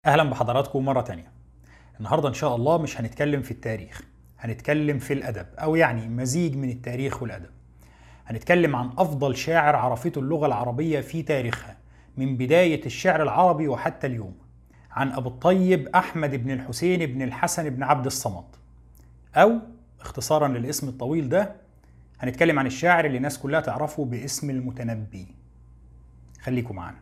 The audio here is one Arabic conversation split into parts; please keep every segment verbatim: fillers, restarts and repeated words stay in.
أهلا بحضراتكم مرة تانية. النهاردة إن شاء الله مش هنتكلم في التاريخ، هنتكلم في الأدب، أو يعني مزيج من التاريخ والأدب. هنتكلم عن أفضل شاعر عرفته اللغة العربية في تاريخها من بداية الشعر العربي وحتى اليوم، عن أبو الطيب أحمد بن الحسين بن الحسن بن عبد الصمد، أو اختصارا للاسم الطويل ده هنتكلم عن الشاعر اللي الناس كلها تعرفه باسم المتنبي. خليكم معانا.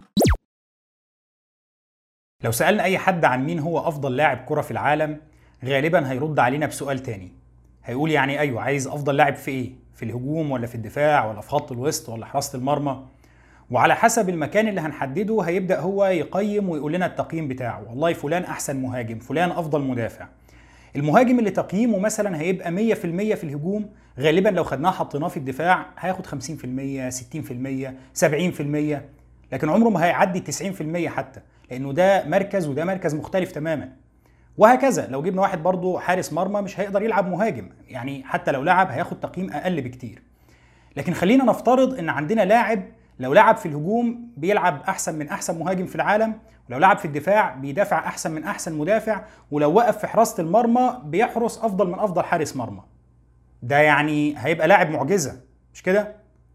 لو سألنا أي حد عن مين هو أفضل لاعب كرة في العالم، غالبا هيرد علينا بسؤال تاني. هيقول يعني أيوه، عايز أفضل لاعب في إيه؟ في الهجوم ولا في الدفاع ولا في خط الوسط ولا حراسة المرمى؟ وعلى حسب المكان اللي هنحدده هيبدأ هو يقيم ويقول لنا التقييم بتاعه. والله فلان أحسن مهاجم، فلان أفضل مدافع. المهاجم اللي تقييمه مثلا هيبقى مية في المية في الهجوم، غالبا لو خدناه حطيناه في الدفاع هياخد خمسين في المية ستين في المية سبعين في المية، لكن عمره ما هيعدي تسعين في المية حتى، لأنه ده مركز وده مركز مختلف تماما. وهكذا لو جبنا واحد برضه حارس مرمى مش هيقدر يلعب مهاجم، يعني حتى لو لعب هياخد تقييم أقل بكتير. لكن خلينا نفترض ان عندنا لاعب لو لعب في الهجوم بيلعب احسن من احسن مهاجم في العالم، ولو لعب في الدفاع بيدافع احسن من احسن مدافع، ولو وقف في حراسة المرمى بيحرس افضل من افضل حارس مرمى. ده يعني هيبقى لاعب معجزة، مش كده؟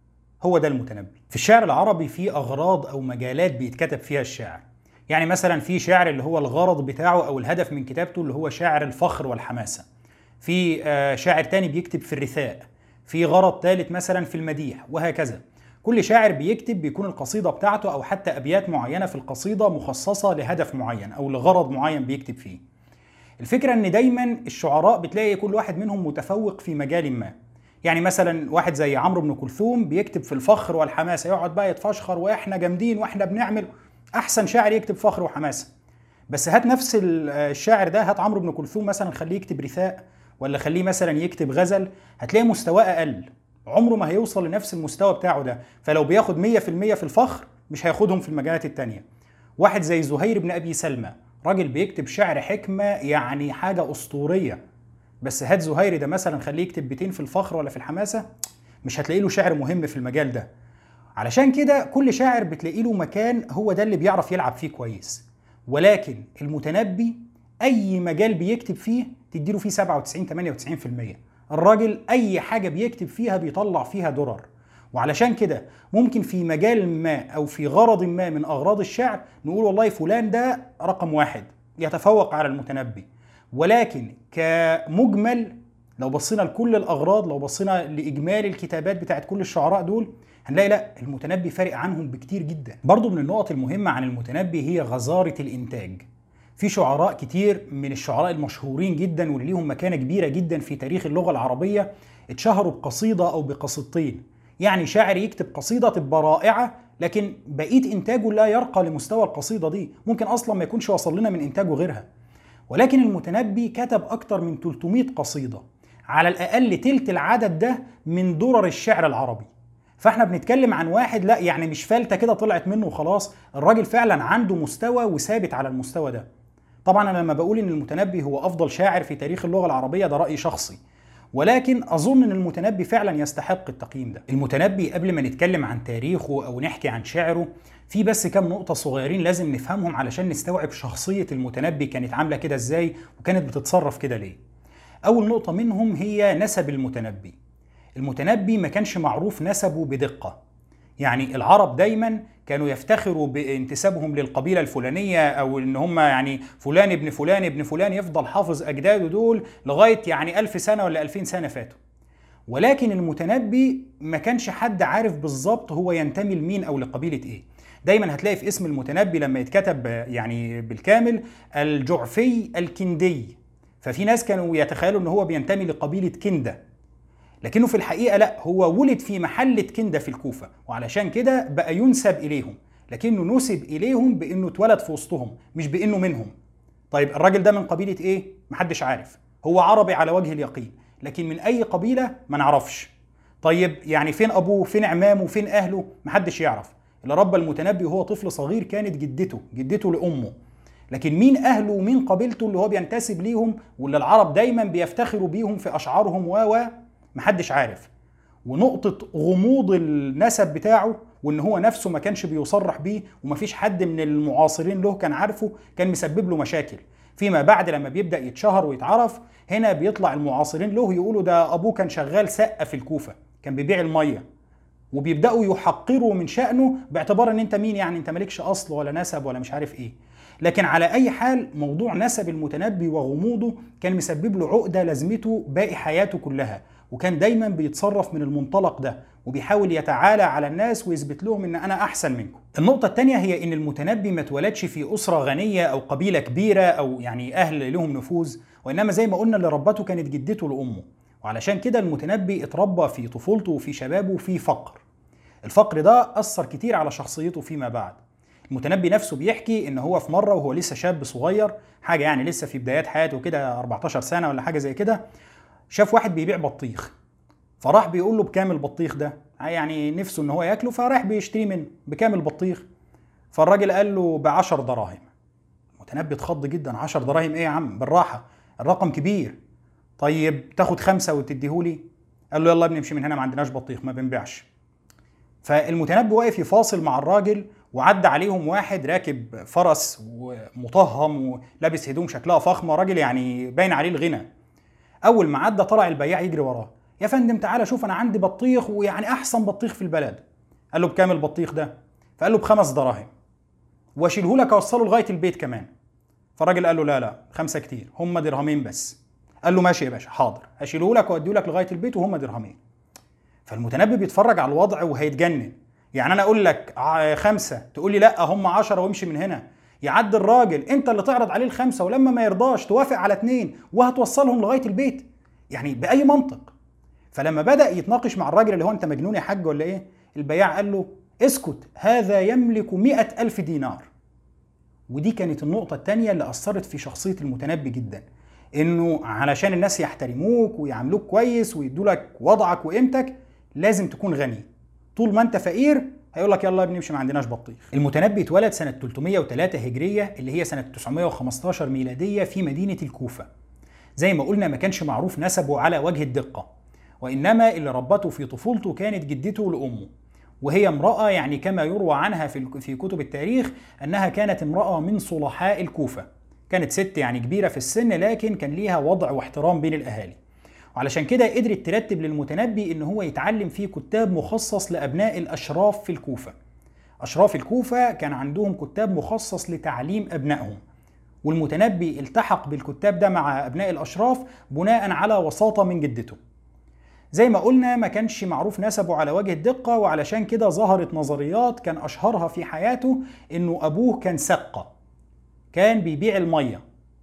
هو ده المتنبي. في الشعر العربي في اغراض او مجالات بيتكتب فيها الشعر. يعني مثلا في شعر اللي هو الغرض بتاعه او الهدف من كتابته اللي هو شعر الفخر والحماسة. في شاعر تاني بيكتب في الرثاء، في غرض ثالث مثلا في المديح، وهكذا. كل شاعر بيكتب بيكون القصيدة بتاعته أو حتى أبيات معينة في القصيدة مخصصة لهدف معين أو لغرض معين بيكتب فيه. الفكرة إن دايما الشعراء بتلاقي كل واحد منهم متفوق في مجال ما. يعني مثلا واحد زي عمرو بن كلثوم بيكتب في الفخر والحماسة، يقعد بقى يتفشخر وإحنا جامدين وإحنا بنعمل. أحسن شاعر يكتب فخر وحماسة. بس هات نفس الشاعر ده، هات عمرو بن كلثوم مثلا خليه يكتب رثاء ولا خليه مثلا يكتب غزل، هتلاقي مستواه اقل، عمره ما هيوصل لنفس المستوى بتاعه ده. فلو بياخد مية في المية في الفخر مش هياخدهم في المجالات التانية. واحد زي زهير بن ابي سلمى، راجل بيكتب شعر حكمة يعني حاجة اسطورية، بس هات زهير ده مثلا خليه يكتب بيتين في الفخر ولا في الحماسة، مش هتلاقي له شعر مهم في المجال ده. علشان كده كل شاعر بتلاقي له مكان هو ده اللي بيعرف يلعب فيه كويس. ولكن المتنبي اي مجال بيكتب فيه تديله فيه سبعة وتسعين ثمانية وتسعين في المية. الراجل اي حاجة بيكتب فيها بيطلع فيها درر. وعلشان كده ممكن في مجال ما او في غرض ما من اغراض الشعر نقول والله فلان ده رقم واحد يتفوق على المتنبي. ولكن كمجمل لو بصينا لكل الاغراض، لو بصينا لاجمالي الكتابات بتاعت كل الشعراء دول، هنلاقي لا، المتنبي فارق عنهم بكتير جدا. برضو من النقط المهمة عن المتنبي هي غزارة الإنتاج. في شعراء كتير من الشعراء المشهورين جدا واللي ليهم مكانة كبيرة جدا في تاريخ اللغة العربية اتشهروا بقصيدة أو بقصيدتين. يعني شاعر يكتب قصيدة تبقى رائعة لكن بقية إنتاجه لا يرقى لمستوى القصيدة دي، ممكن أصلا ما يكونش وصل لنا من إنتاجه غيرها. ولكن المتنبي كتب أكتر من ثلاثمائة قصيدة، على الأقل تلت العدد ده من درر الشعر العربي. فاحنا بنتكلم عن واحد لا يعني مش فلتة كده طلعت منه وخلاص، الراجل فعلا عنده مستوى وثابت على المستوى ده. طبعا انا لما بقول ان المتنبي هو افضل شاعر في تاريخ اللغة العربية ده رأي شخصي، ولكن اظن ان المتنبي فعلا يستحق التقييم ده. المتنبي قبل ما نتكلم عن تاريخه او نحكي عن شعره، في بس كام نقطة صغيرين لازم نفهمهم علشان نستوعب شخصية المتنبي كانت عاملة كده ازاي وكانت بتتصرف كده ليه. اول نقطة منهم هي نسب المتنبي. المتنبي ما كانش معروف نسبه بدقة. يعني العرب دايما كانوا يفتخروا بانتسابهم للقبيلة الفلانية، او ان هم يعني فلان ابن فلان ابن فلان، يفضل حافظ اجداده دول لغاية يعني ألف سنة ولا ألفين سنة فاتوا. ولكن المتنبي ما كانش حد عارف بالظبط هو ينتمي لمين او لقبيلة ايه. دايما هتلاقي في اسم المتنبي لما يتكتب يعني بالكامل الجعفي الكندي، ففي ناس كانوا يتخيلوا ان هو بينتمي لقبيلة كندة، لكنه في الحقيقة لا، هو ولد في محلة كندة في الكوفة، وعلشان كده بقى ينسب إليهم، لكنه نسب إليهم بأنه اتولد في وسطهم مش بأنه منهم. طيب الراجل ده من قبيلة إيه؟ محدش عارف. هو عربي على وجه اليقين، لكن من أي قبيلة ما نعرفش. طيب يعني فين أبوه؟ فين عمامه؟ فين أهله؟ محدش يعرف. اللي ربى المتنبي وهو طفل صغير كانت جدته، جدته لأمه. لكن مين أهله ومين قبيلته اللي هو بينتسب ليهم واللي العرب دايما بيفتخروا بيهم في أشعارهم و محدش عارف. ونقطة غموض النسب بتاعه وان هو نفسه ما كانش بيصرح بيه ومفيش حد من المعاصرين له كان عارفه، كان مسبب له مشاكل. فيما بعد لما بيبدأ يتشهر ويتعرف، هنا بيطلع المعاصرين له يقولوا ده ابوه كان شغال سقة في الكوفة، كان بيبيع المية، وبيبدأوا يحقروا من شأنه باعتبار ان انت مين يعني، انت مالكش اصل ولا نسب ولا مش عارف ايه. لكن على اي حال موضوع نسب المتنبي وغموضه كان مسبب له عقدة لازمته باقي حياته كلها، وكان دايما بيتصرف من المنطلق ده وبيحاول يتعالى على الناس ويثبت لهم ان انا احسن منكم. النقطة الثانية هي ان المتنبي ما اتولدش في اسرة غنية او قبيلة كبيرة او يعني اهل لهم نفوذ، وانما زي ما قلنا اللي ربته كانت جدته لامه، وعلشان كده المتنبي اتربى في طفولته وفي شبابه في فقر. الفقر ده اثر كتير على شخصيته فيما بعد. المتنبي نفسه بيحكي ان هو في مره وهو لسه شاب صغير، حاجه يعني لسه في بدايات حياته كده، أربعتاشر سنه ولا حاجه زي كده، شاف واحد بيبيع بطيخ، فراح بيقول له بكام البطيخ ده، يعني نفسه ان هو ياكله، فراح بيشتري منه بكام البطيخ، فالراجل قال له بعشر دراهم. المتنبي اتخض جدا، عشر دراهم ايه يا عم، بالراحه الرقم كبير، طيب تاخد خمسه وتديهولي؟ قال له يلا يا ابني امشي من هنا، ما عندناش بطيخ ما بنبيعش. فالمتنبي واقف يفاصل مع الراجل، وعدى عليهم واحد راكب فرس ومطهم ولابس هدوم شكلها فخمه، راجل يعني باين عليه الغنى. اول ما عدى طلع البياع يجري وراه، يا فندم تعالى شوف انا عندي بطيخ ويعني احسن بطيخ في البلد. قال له بكام البطيخ ده؟ فقال له بخمس دراهم، واشيله لك اوصله لغايه البيت كمان. فالراجل قال له لا لا خمسه كتير، هم درهمين بس. قال له ماشي يا باشا حاضر، اشيله لك واديه لك لغايه البيت وهم درهمين. فالمتنبي بيتفرج على الوضع وهيتجنن، يعني انا اقول لك خمسه تقول لي لا هم عشرة وامشي من هنا، يعدي الراجل انت اللي تعرض عليه الخمسه ولما ما يرضاش توافق على اتنين وهتوصلهم لغايه البيت، يعني باي منطق؟ فلما بدا يتناقش مع الراجل اللي هو انت مجنون يا حاج ولا ايه، البياع قال له اسكت هذا يملك مئة ألف دينار. ودي كانت النقطه الثانيه اللي اثرت في شخصيه المتنبي جدا، انه علشان الناس يحترموك ويعاملوك كويس ويدوا لك وضعك وقيمتك لازم تكون غني، طول ما انت فقير هيقول لك يلا يا ابني امشي ما عندناش بطيخ. المتنبي اتولد سنه تلتمية وتلاتة هجريه اللي هي سنه تسعمية وخمستاشر ميلاديه في مدينه الكوفه. زي ما قلنا ما كانش معروف نسبه على وجه الدقه، وانما اللي ربته في طفولته كانت جدته لامه، وهي امراه يعني كما يروى عنها في في كتب التاريخ انها كانت امراه من صلحاء الكوفه، كانت ست يعني كبيره في السن لكن كان ليها وضع واحترام بين الاهالي، وعلشان كده قدرت ترتب للمتنبي ان هو يتعلم فيه كتاب مخصص لابناء الاشراف في الكوفه. اشراف الكوفه كان عندهم كتاب مخصص لتعليم ابنائهم، والمتنبي التحق بالكتاب ده مع ابناء الاشراف بناء على وساطه من جدته. زي ما قلنا ما كانش معروف نسبه على وجه الدقه، وعلشان كده ظهرت نظريات كان اشهرها في حياته انه ابوه كان سقه، كان بيبيع الميه.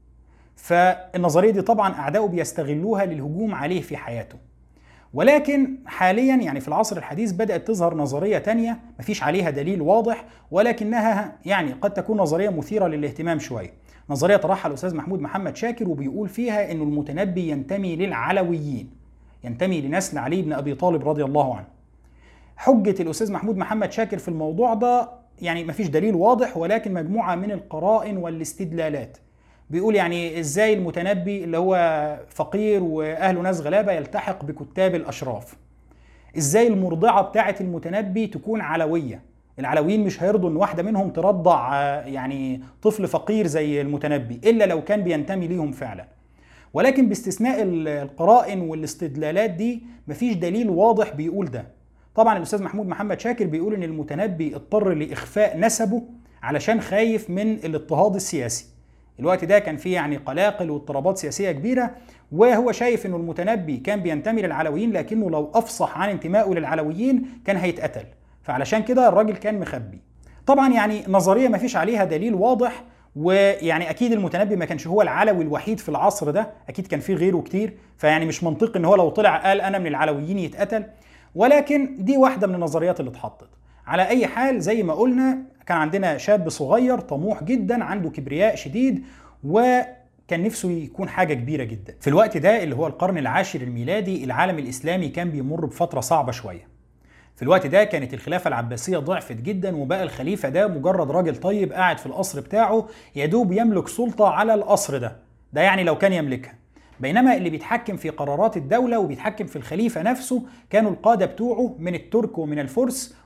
فالنظريه دي طبعا اعدائه بيستغلوها للهجوم عليه في حياته. ولكن حاليا يعني في العصر الحديث بدأت تظهر نظرية تانية مفيش عليها دليل واضح، ولكنها يعني قد تكون نظرية مثيرة للاهتمام شوية. نظرية طرحها الأستاذ محمود محمد شاكر، وبيقول فيها إنه المتنبي ينتمي للعلويين، ينتمي لنسل علي بن أبي طالب رضي الله عنه. حجة الأستاذ محمود محمد شاكر في الموضوع ده يعني مفيش دليل واضح، ولكن مجموعة من القرائن والاستدلالات. بيقول يعني ازاي المتنبي اللي هو فقير واهله ناس غلابه يلتحق بكتاب الاشراف؟ ازاي المرضعه بتاعه المتنبي تكون علويه؟ العلويين مش هيرضوا ان واحده منهم ترضع يعني طفل فقير زي المتنبي الا لو كان بينتمي ليهم فعلا. ولكن باستثناء القرائن والاستدلالات دي مفيش دليل واضح بيقول ده. طبعا الاستاذ محمود محمد شاكر بيقول ان المتنبي اضطر لاخفاء نسبه علشان خايف من الاضطهاد السياسي. الوقت ده كان فيه يعني قلاقل واضطرابات سياسية كبيرة، وهو شايف انه المتنبي كان بينتمي للعلويين لكنه لو افصح عن انتمائه للعلويين كان هيتقتل، فعلشان كده الراجل كان مخبي. طبعا يعني نظرية ما فيش عليها دليل واضح، ويعني اكيد المتنبي ما كانش هو العلوي الوحيد في العصر ده، اكيد كان فيه غيره كتير، فيعني مش منطقي ان هو لو طلع قال انا من العلويين يتقتل. ولكن دي واحدة من النظريات اللي اتحطت. على اي حال زي ما قلنا كان عندنا شاب صغير طموح جدا، عنده كبرياء شديد، وكان نفسه يكون حاجة كبيرة جدا. في الوقت ده اللي هو القرن العاشر الميلادي العالم الإسلامي كان بيمر بفترة صعبة شوية. في الوقت ده كانت الخلافة العباسية ضعفت جدا، وبقى الخليفة ده مجرد راجل طيب قاعد في القصر بتاعه يدوب يملك سلطة على القصر ده، ده يعني لو كان يملكها. بينما اللي بيتحكم في قرارات الدولة وبيتحكم في الخليفة نفسه كانوا القادة بتوعه من الترك ومن الفرس،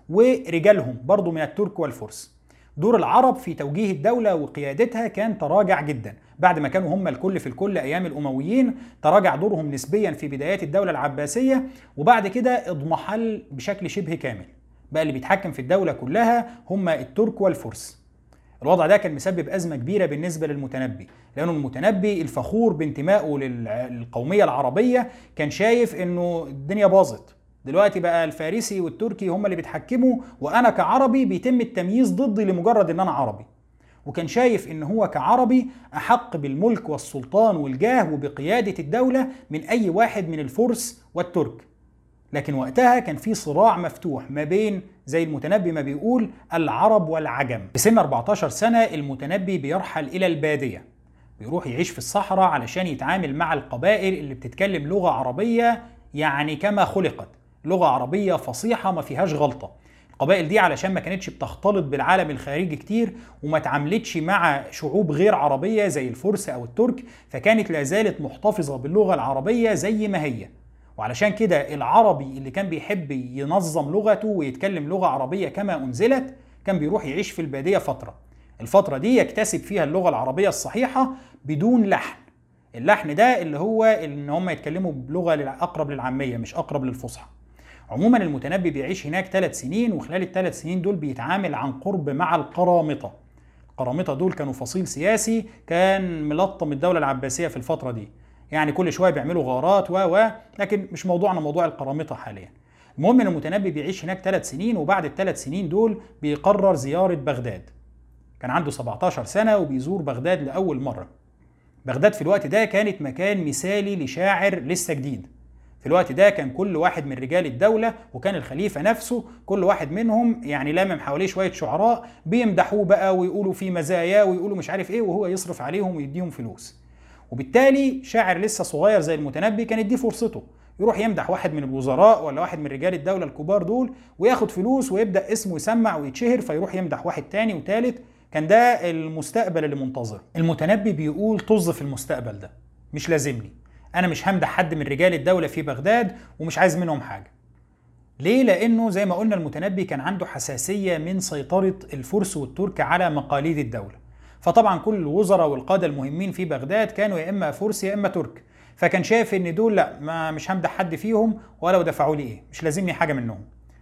ورجالهم برضو من الترك والفرس. دور العرب في توجيه الدولة وقيادتها كان تراجع جدا، بعد ما كانوا هم الكل في الكل أيام الأمويين تراجع دورهم نسبيا في بدايات الدولة العباسية، وبعد كده اضمحل بشكل شبه كامل، بقى اللي بيتحكم في الدولة كلها هم الترك والفرس. الوضع ده كان مسبب أزمة كبيرة بالنسبة للمتنبي، لأنه المتنبي الفخور بانتمائه للقومية العربية كان شايف إنه الدنيا باظت، دلوقتي بقى الفارسي والتركي هم اللي بيتحكموا، وأنا كعربي بيتم التمييز ضدي لمجرد إن أنا عربي. وكان شايف إن هو كعربي أحق بالملك والسلطان والجاه وبقيادة الدولة من أي واحد من الفرس والترك. لكن وقتها كان في صراع مفتوح ما بين، زي المتنبي ما بيقول، العرب والعجم. في سن أربعتاشر سنة المتنبي بيرحل إلى البادية، بيروح يعيش في الصحراء علشان يتعامل مع القبائل اللي بتتكلم لغة عربية يعني كما خلقت، لغة عربية فصيحة ما فيهاش غلطة. القبائل دي علشان ما كانتش بتختلط بالعالم الخارجي كتير وما تعاملتش مع شعوب غير عربية زي الفرس أو الترك، فكانت لازالت محتفظة باللغة العربية زي ما هي. وعلشان كده العربي اللي كان بيحب ينظم لغته ويتكلم لغة عربية كما أنزلت كان بيروح يعيش في البادية فترة، الفترة دي يكتسب فيها اللغة العربية الصحيحة بدون لحن. اللحن ده اللي هو ان هم يتكلموا بلغة أقرب للعامية مش أقرب للفصحى. عموما المتنبي بيعيش هناك ثلاث سنين، وخلال الثلاث سنين دول بيتعامل عن قرب مع القرامطة. القرامطة دول كانوا فصيل سياسي كان ملطم الدولة العباسية في الفترة دي، يعني كل شويه بيعملوا غارات و و لكن مش موضوعنا موضوع القرامطه حاليا. المهم ان المتنبي بيعيش هناك ثلاث سنين، وبعد الثلاث سنين دول بيقرر زياره بغداد. كان عنده سبعتاشر سنه وبيزور بغداد لاول مره. بغداد في الوقت ده كانت مكان مثالي لشاعر لسه جديد. في الوقت ده كان كل واحد من رجال الدوله وكان الخليفه نفسه كل واحد منهم يعني لامم حواليه شويه شعراء بيمدحوه بقى ويقولوا فيه مزايا ويقولوا مش عارف ايه، وهو يصرف عليهم ويديهم فلوس. وبالتالي شاعر لسه صغير زي المتنبي كانت دي فرصته، يروح يمدح واحد من الوزراء ولا واحد من رجال الدولة الكبار دول وياخد فلوس ويبدأ اسمه يسمع ويتشهر، فيروح يمدح واحد تاني وتالت. كان ده المستقبل اللي منتظر. المتنبي بيقول طز في المستقبل ده، مش لازمني، أنا مش همدح حد من رجال الدولة في بغداد ومش عايز منهم حاجة. ليه؟ لأنه زي ما قلنا المتنبي كان عنده حساسية من سيطرة الفرس والترك على مقاليد الدولة، فطبعا كل الوزراء والقادة المهمين في بغداد كانوا يا إما فرس يا إما ترك، فكان شايف إن دول لا، ما مش همدح حد فيهم ولو دفعوا لي إيه، مش لازمني حاجة منهم.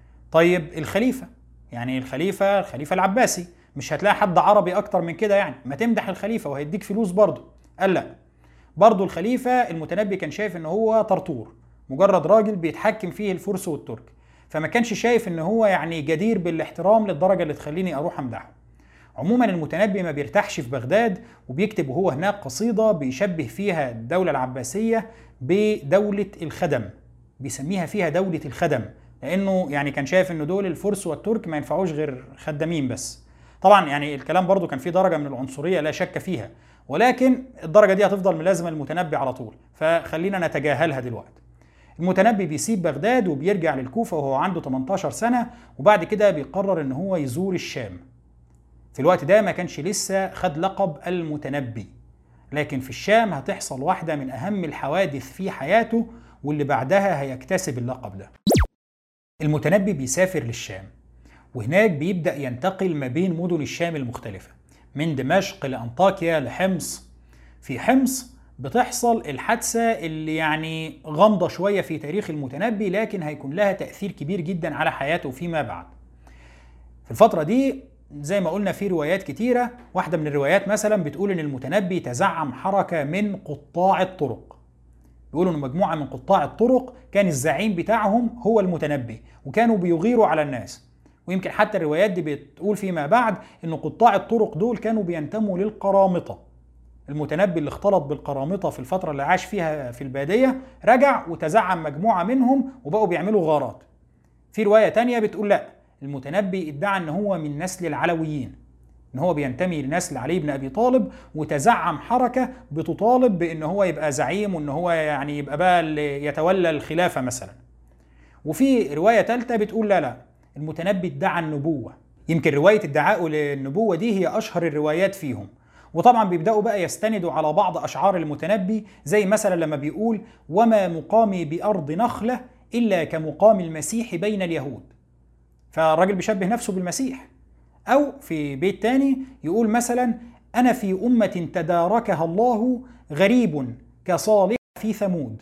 طيب الخليفة، يعني الخليفة الخليفة العباسي مش هتلاقي حد عربي أكتر من كده، يعني ما تمدح الخليفة وهيديك فلوس برضه. قال لا، برضه الخليفة المتنبي كان شايف إن هو طرطور، مجرد راجل بيتحكم فيه الفرس والترك، فما كانش شايف إن هو يعني جدير بالاحترام للدرجة اللي تخليني أروح أمدحه. عموما المتنبي ما بيرتاحش في بغداد، وبيكتب وهو هناك قصيدة بيشبه فيها الدولة العباسية بدولة الخدم، بيسميها فيها دولة الخدم، لأنه يعني كان شايف إن دول الفرس والترك ما ينفعوش غير خدامين بس. طبعا يعني الكلام برضو كان فيه درجة من العنصرية لا شك فيها، ولكن الدرجة دي هتفضل ملازمة المتنبي على طول، فخلينا نتجاهلها دلوقتي. المتنبي بيسيب بغداد وبيرجع للكوفة وهو عنده تمنتاشر سنة، وبعد كده بيقرر إن هو يزور الشام. في الوقت ده ما كانش لسه خد لقب المتنبي، لكن في الشام هتحصل واحدة من أهم الحوادث في حياته واللي بعدها هيكتسب اللقب ده. المتنبي بيسافر للشام، وهناك بيبدأ ينتقل ما بين مدن الشام المختلفة، من دمشق لأنطاكيا لحمص. في حمص بتحصل الحادثة اللي يعني غامضة شوية في تاريخ المتنبي، لكن هيكون لها تأثير كبير جدا على حياته فيما بعد. في الفترة دي زي ما قلنا في روايات كتيرة، واحدة من الروايات مثلا بتقول ان المتنبي تزعم حركة من قطاع الطرق. بيقولوا ان مجموعة من قطاع الطرق كان الزعيم بتاعهم هو المتنبي، وكانوا بيغيروا على الناس. ويمكن حتى الروايات دي بتقول فيما بعد ان قطاع الطرق دول كانوا بينتموا للقرامطة. المتنبي اللي اختلط بالقرامطة في الفترة اللي عاش فيها في البادية رجع وتزعم مجموعة منهم وبقوا بيعملوا غارات. في رواية تانية بتقول لا، المتنبي ادعى ان هو من نسل العلويين، ان هو بينتمي لنسل علي بن ابي طالب، وتزعم حركة بتطالب بان هو يبقى زعيم وان هو يعني يبقى بقى اللي يتولى الخلافة مثلا. وفي رواية ثالثة بتقول لا لا، المتنبي ادعى النبوة. يمكن رواية ادعائه للنبوة دي هي اشهر الروايات فيهم. وطبعا بيبدأوا بقى يستندوا على بعض اشعار المتنبي، زي مثلا لما بيقول وما مقامي بأرض نخلة إلا كمقام المسيح بين اليهود. فالراجل بيشبه نفسه بالمسيح. أو في بيت تاني يقول مثلا: أنا في أمة تداركها الله غريب كصالح في ثمود.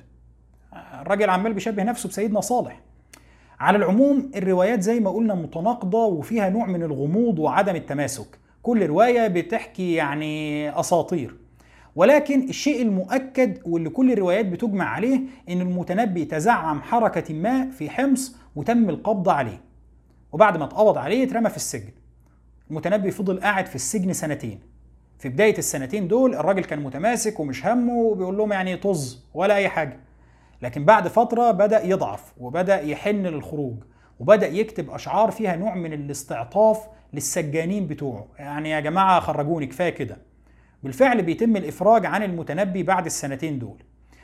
الراجل عمال بيشبه نفسه بسيدنا صالح. على العموم الروايات زي ما قلنا متناقضة وفيها نوع من الغموض وعدم التماسك، كل رواية بتحكي يعني أساطير. ولكن الشيء المؤكد واللي كل الروايات بتجمع عليه إن المتنبي تزعم حركة ما في حمص وتم القبض عليه، وبعد ما اتقبض عليه اترمى في السجن. المتنبي فضل قاعد في السجن سنتين. في بداية السنتين دول الراجل كان متماسك ومش همه وبيقول لهم يعني طز ولا أي حاجة. لكن بعد فترة بدأ يضعف وبدأ يحن للخروج، وبدأ يكتب أشعار فيها نوع من الاستعطاف للسجانين بتوعه، يعني يا جماعة خرجوني كفاية كده. بالفعل بيتم الإفراج عن المتنبي بعد السنتين دول.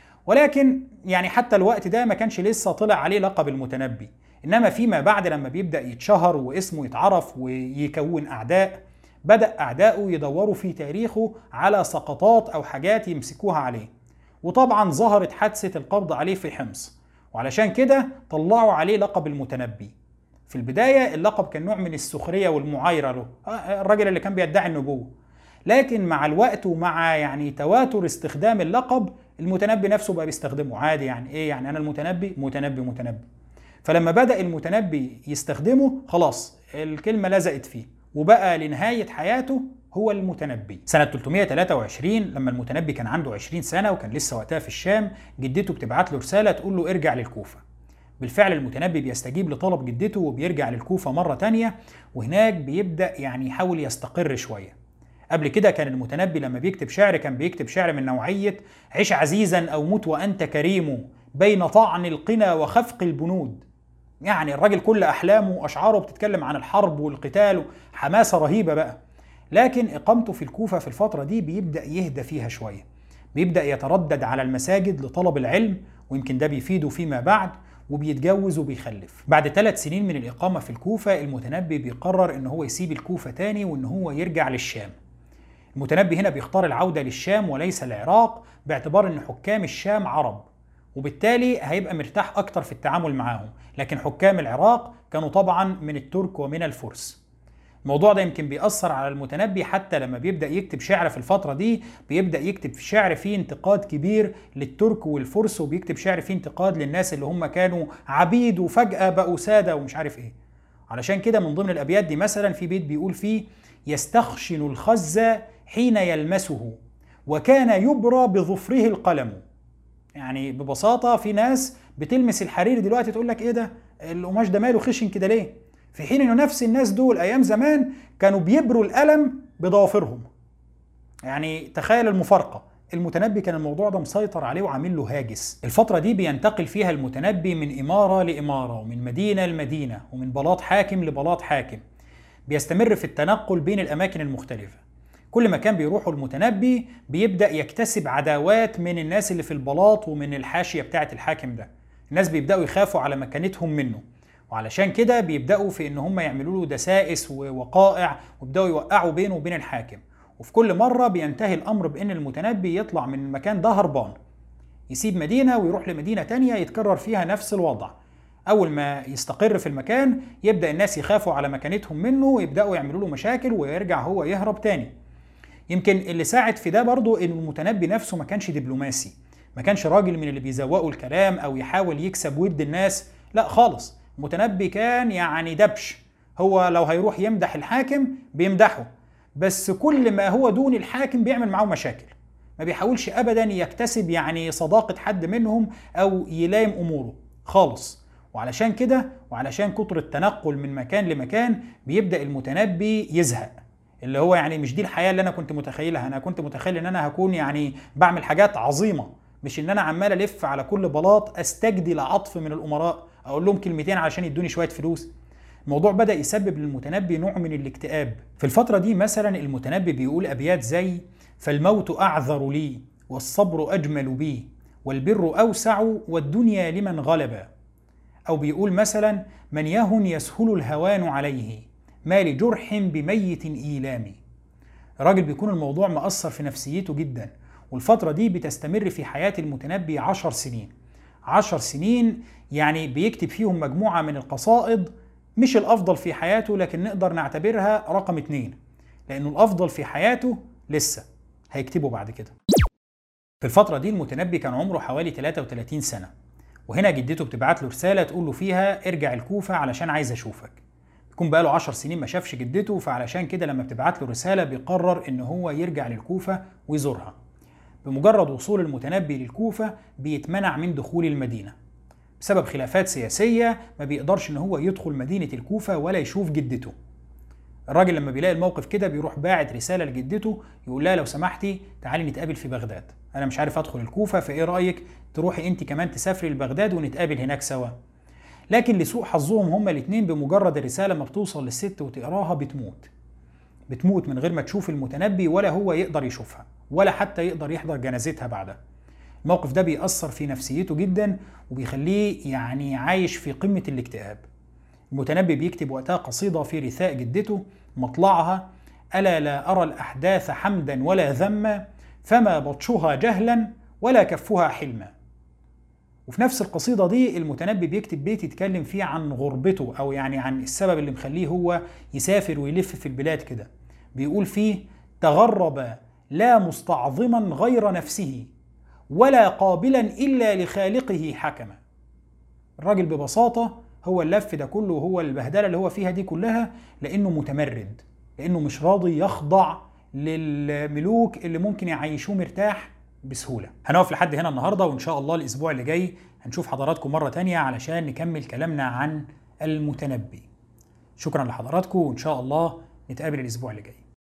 ولكن يعني حتى الوقت ده ما كانش لسه طلع عليه لقب المتنبي، إنما فيما بعد لما بيبدأ يتشهر واسمه يتعرف ويكون أعداء، بدأ أعداؤه يدوروا في تاريخه على سقطات أو حاجات يمسكوها عليه. وطبعا ظهرت حادثة القبض عليه في حمص، وعلشان كده طلعوا عليه لقب المتنبي. في البداية اللقب كان نوع من السخرية والمعايرة له، الراجل اللي كان بيدعي النبوة. لكن مع الوقت ومع يعني تواتر استخدام اللقب، المتنبي نفسه بقى بيستخدمه عادي. يعني ايه يعني انا المتنبي متنبي متنبي. فلما بدأ المتنبي يستخدمه خلاص الكلمة لزقت فيه، وبقى لنهاية حياته هو المتنبي. سنة ثلاثمائة وثلاثة وعشرين لما المتنبي كان عنده عشرين سنة وكان لسه وقتها في الشام، جدته بتبعت له رسالة تقول له ارجع للكوفة. بالفعل المتنبي بيستجيب لطلب جدته وبيرجع للكوفة مرة تانية، وهناك بيبدأ يعني يحاول يستقر شوية. قبل كده كان المتنبي لما بيكتب شعر كان بيكتب شعر من نوعية عش عزيزا أو موت وأنت كريم بين طعن القنا وخفق البنود. يعني الراجل كل أحلامه وأشعاره بتتكلم عن الحرب والقتال وحماسة رهيبة بقى. لكن إقامته في الكوفة في الفترة دي بيبدأ يهدى فيها شوية، بيبدأ يتردد على المساجد لطلب العلم، ويمكن ده بيفيده فيما بعد، وبيتجوز وبيخلف. بعد ثلاث سنين من الإقامة في الكوفة المتنبي بيقرر إن هو يسيب الكوفة تاني وإن هو يرجع للشام. المتنبي هنا بيختار العودة للشام وليس العراق، باعتبار إن حكام الشام عرب، وبالتالي هيبقى مرتاح أكتر في التعامل معاهم. لكن حكام العراق كانوا طبعا من الترك ومن الفرس. الموضوع ده يمكن بيأثر على المتنبي، حتى لما بيبدأ يكتب شعر في الفترة دي بيبدأ يكتب في شعر فيه انتقاد كبير للترك والفرس، وبيكتب شعر فيه انتقاد للناس اللي هم كانوا عبيد وفجأة بقوا سادة ومش عارف ايه. علشان كده من ضمن الأبيات دي مثلا في بيت بيقول فيه: يستخشن الخز حين يلمسه وكان يبرى بظفره القلم. يعني ببساطة في ناس بتلمس الحرير دلوقتي تقول لك ايه ده القماش ده ماله خشن كده ليه، في حين انه نفس الناس دول ايام زمان كانوا بيبروا القلم بضوافرهم. يعني تخيل المفارقة. المتنبي كان الموضوع ده مسيطر عليه وعامل له هاجس. الفترة دي بينتقل فيها المتنبي من إمارة لإمارة ومن مدينة لمدينة ومن بلاط حاكم لبلاط حاكم، بيستمر في التنقل بين الأماكن المختلفة. كل مكان بيروحوا المتنبي بيبدأ يكتسب عداوات من الناس اللي في البلاط ومن الحاشية بتاعة الحاكم ده. الناس بيبدأوا يخافوا على مكانتهم منه، وعلشان كده بيبدأوا في ان هم يعملوا له دسائس ووقائع ويبدأوا يوقعوا بينه وبين الحاكم. وفي كل مرة بينتهي الأمر بأن المتنبي يطلع من المكان ده هربان، يسيب مدينة ويروح لمدينة تانية يتكرر فيها نفس الوضع. أول ما يستقر في المكان يبدأ الناس يخافوا على مكانتهم منه ويبدأوا يعملوا له مشاكل ويرجع هو يهرب تاني. يمكن اللي ساعد في ده برضو ان المتنبي نفسه ما كانش دبلوماسي، ما كانش راجل من اللي بيزوقوا الكلام او يحاول يكسب ود الناس، لا خالص. المتنبي كان يعني دبش، هو لو هيروح يمدح الحاكم بيمدحه، بس كل ما هو دون الحاكم بيعمل معه مشاكل. ما بيحاولش ابدا يكتسب يعني صداقة حد منهم او يلايم اموره خالص. وعلشان كده وعلشان كتر التنقل من مكان لمكان بيبدأ المتنبي يزهق، اللي هو يعني مش دي الحياة اللي أنا كنت متخيلها. أنا كنت متخيل إن أنا هكون يعني بعمل حاجات عظيمة، مش إن أنا عمال ألف على كل بلاط أستجدي لعطف من الأمراء أقول لهم كلمتين علشان يدوني شوية فلوس. الموضوع بدأ يسبب للمتنبي نوع من الاكتئاب. في الفترة دي مثلا المتنبي بيقول أبيات زي: فالموت أعذر لي والصبر أجمل بي والبر أوسع والدنيا لمن غلب. أو بيقول مثلا: من يهن يسهل الهوان عليه ما لجرح بميت إيلامي. الراجل بيكون الموضوع مأثر في نفسيته جدا، والفترة دي بتستمر في حياة المتنبي عشر سنين. عشر سنين يعني بيكتب فيهم مجموعة من القصائد مش الأفضل في حياته، لكن نقدر نعتبرها رقم اتنين، لأنه الأفضل في حياته لسه هيكتبه بعد كده. في الفترة دي المتنبي كان عمره حوالي ثلاثة وثلاثين سنة، وهنا جدته بتبعت له رسالة تقول له فيها ارجع الكوفة علشان عايز أشوفك. يكون بقاله عشر سنين ما شافش جدته، فعلشان كده لما بتبعت له رسالة بيقرر إن هو يرجع للكوفة ويزورها. بمجرد وصول المتنبي للكوفة بيتمنع من دخول المدينة بسبب خلافات سياسية، ما بيقدرش إن هو يدخل مدينة الكوفة ولا يشوف جدته. الراجل لما بيلاقي الموقف كده بيروح باعت رسالة لجدته يقول لها لو سمحتي تعالي نتقابل في بغداد، أنا مش عارف أدخل الكوفة، فإيه رأيك تروحي أنت كمان تسافري لبغداد ونتقابل هناك سوا. لكن لسوء حظهم هما الاتنين بمجرد الرسالة ما بتوصل للست وتقراها بتموت. بتموت من غير ما تشوف المتنبي ولا هو يقدر يشوفها ولا حتى يقدر يحضر جنازتها بعدها. الموقف ده بيأثر في نفسيته جدا وبيخليه يعني عايش في قمة الاكتئاب. المتنبي بيكتب وقتها قصيدة في رثاء جدته مطلعها: ألا لا أرى الأحداث حمدا ولا ذما، فما بطشها جهلا ولا كفها حلما. وفي نفس القصيدة دي المتنبي بيكتب بيت يتكلم فيه عن غربته، أو يعني عن السبب اللي مخليه هو يسافر ويلف في البلاد كده. بيقول فيه: تغرب لا مستعظما غير نفسه ولا قابلا إلا لخالقه حكما. الراجل ببساطة هو اللف ده كله وهو البهدلة اللي هو فيها دي كلها لأنه متمرد، لأنه مش راضي يخضع للملوك اللي ممكن يعيشوه مرتاح بسهولة. هنقف لحد هنا النهاردة، وإن شاء الله الأسبوع اللي جاي هنشوف حضراتكم مرة تانية علشان نكمل كلامنا عن المتنبي. شكرا لحضراتكم، وإن شاء الله نتقابل الأسبوع اللي جاي.